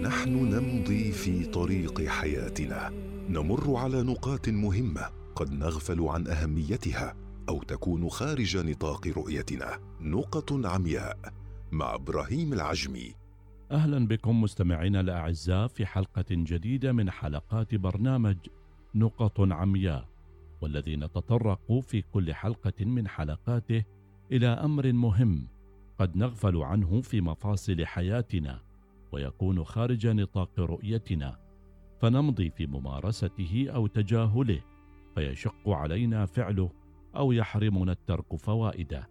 ونحن نمضي في طريق حياتنا نمر على نقاط مهمة قد نغفل عن أهميتها أو تكون خارج نطاق رؤيتنا. نقط عمياء مع إبراهيم العجمي. أهلا بكم مستمعينا الأعزاء في حلقة جديدة من حلقات برنامج نقط عمياء، والذي نتطرق في كل حلقة من حلقاته إلى أمر مهم قد نغفل عنه في مفاصل حياتنا ويكون خارج نطاق رؤيتنا، فنمضي في ممارسته أو تجاهله فيشق علينا فعله أو يحرمنا الترك فوائده.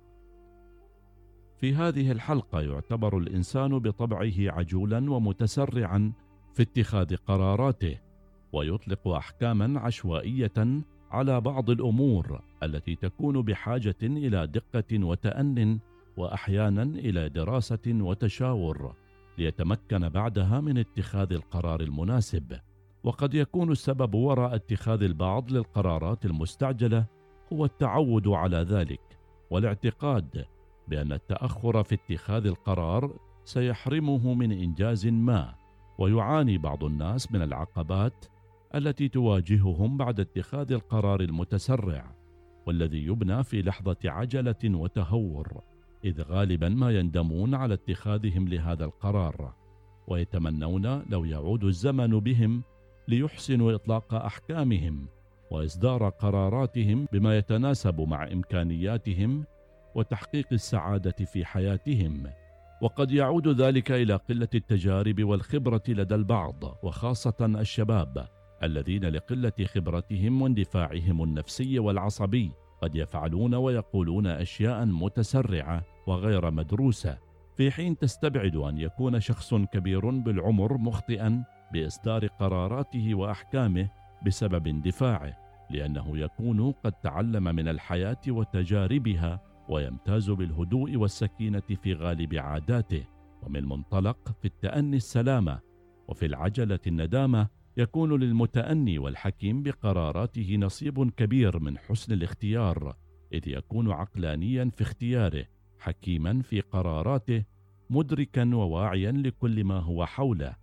في هذه الحلقة يعتبر الإنسان بطبعه عجولا ومتسرعا في اتخاذ قراراته، ويطلق أحكاما عشوائية على بعض الأمور التي تكون بحاجة إلى دقة وتأن، وأحيانا إلى دراسة وتشاور ليتمكن بعدها من اتخاذ القرار المناسب. وقد يكون السبب وراء اتخاذ البعض للقرارات المستعجلة هو التعود على ذلك، والاعتقاد بأن التأخر في اتخاذ القرار سيحرمه من إنجاز ما. ويعاني بعض الناس من العقبات التي تواجههم بعد اتخاذ القرار المتسرع، والذي يبنى في لحظة عجلة وتهور، إذ غالبا ما يندمون على اتخاذهم لهذا القرار، ويتمنون لو يعود الزمن بهم ليحسنوا إطلاق أحكامهم وإصدار قراراتهم بما يتناسب مع إمكانياتهم وتحقيق السعادة في حياتهم. وقد يعود ذلك إلى قلة التجارب والخبرة لدى البعض، وخاصة الشباب الذين لقلة خبرتهم واندفاعهم النفسي والعصبي قد يفعلون ويقولون أشياء متسرعة وغير مدروسة، في حين تستبعد أن يكون شخص كبير بالعمر مخطئا بإصدار قراراته وأحكامه بسبب اندفاعه، لأنه يكون قد تعلم من الحياة وتجاربها، ويمتاز بالهدوء والسكينة في غالب عاداته. ومن منطلق في التأني السلامة، وفي العجلة الندامة. يكون للمتأني والحكيم بقراراته نصيب كبير من حسن الاختيار، إذ يكون عقلانيا في اختياره، حكيما في قراراته، مدركا وواعيا لكل ما هو حوله.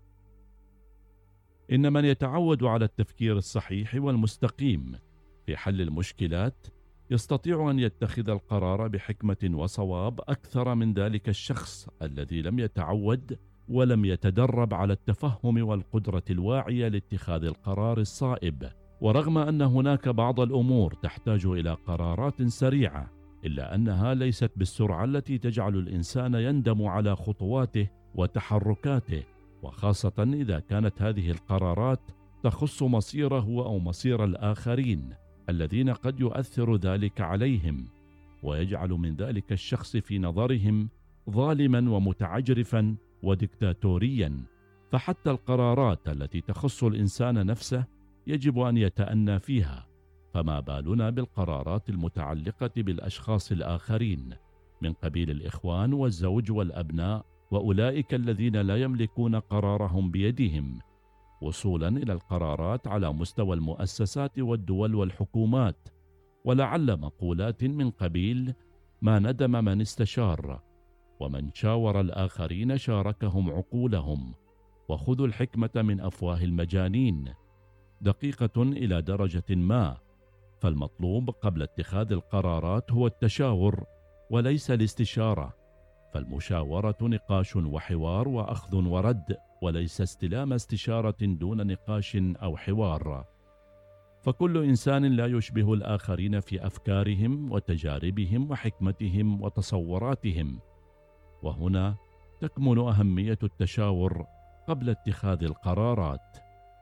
إن من يتعود على التفكير الصحيح والمستقيم في حل المشكلات يستطيع أن يتخذ القرار بحكمة وصواب أكثر من ذلك الشخص الذي لم يتعود ولم يتدرب على التفهم والقدرة الواعية لاتخاذ القرار الصائب. ورغم أن هناك بعض الأمور تحتاج إلى قرارات سريعة، إلا أنها ليست بالسرعة التي تجعل الإنسان يندم على خطواته وتحركاته، وخاصة إذا كانت هذه القرارات تخص مصيره أو مصير الآخرين الذين قد يؤثر ذلك عليهم، ويجعل من ذلك الشخص في نظرهم ظالما ومتعجرفا وديكتاتوريا. فحتى القرارات التي تخص الإنسان نفسه يجب أن يتأنى فيها، فما بالنا بالقرارات المتعلقة بالأشخاص الآخرين من قبيل الإخوان والزوج والأبناء، وأولئك الذين لا يملكون قرارهم بيدهم، وصولا إلى القرارات على مستوى المؤسسات والدول والحكومات. ولعل مقولات من قبيل ما ندم من استشار، ومن شاور الآخرين شاركهم عقولهم، وخذوا الحكمة من أفواه المجانين، دقيقة إلى درجة ما. فالمطلوب قبل اتخاذ القرارات هو التشاور وليس الاستشارة، فالمشاورة نقاش وحوار وأخذ ورد، وليس استلام استشارة دون نقاش أو حوار. فكل إنسان لا يشبه الآخرين في أفكارهم وتجاربهم وحكمتهم وتصوراتهم، وهنا تكمن أهمية التشاور قبل اتخاذ القرارات.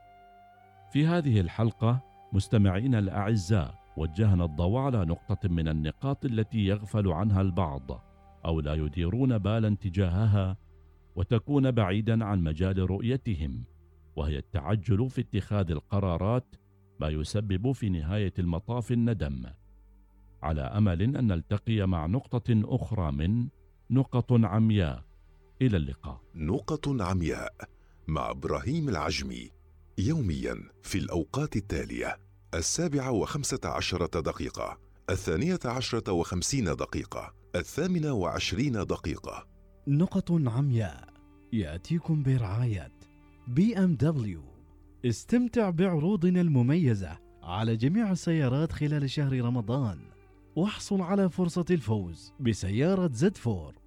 في هذه الحلقة مستمعينا الأعزاء وجهنا الضوء على نقطة من النقاط التي يغفل عنها البعض أو لا يديرون بالا تجاهها، وتكون بعيدا عن مجال رؤيتهم، وهي التعجل في اتخاذ القرارات، ما يسبب في نهاية المطاف الندم. على أمل أن نلتقي مع نقطة أخرى من نقط عمياء. إلى اللقاء. نقط عمياء مع إبراهيم العجمي، يوميا في الأوقات التالية: 7:15 12:50 دقيقة، 28 دقيقة. نقط عمياء يأتيكم برعاية BMW. استمتع بعروضنا المميزة على جميع السيارات خلال شهر رمضان، واحصل على فرصة الفوز بسيارة Z4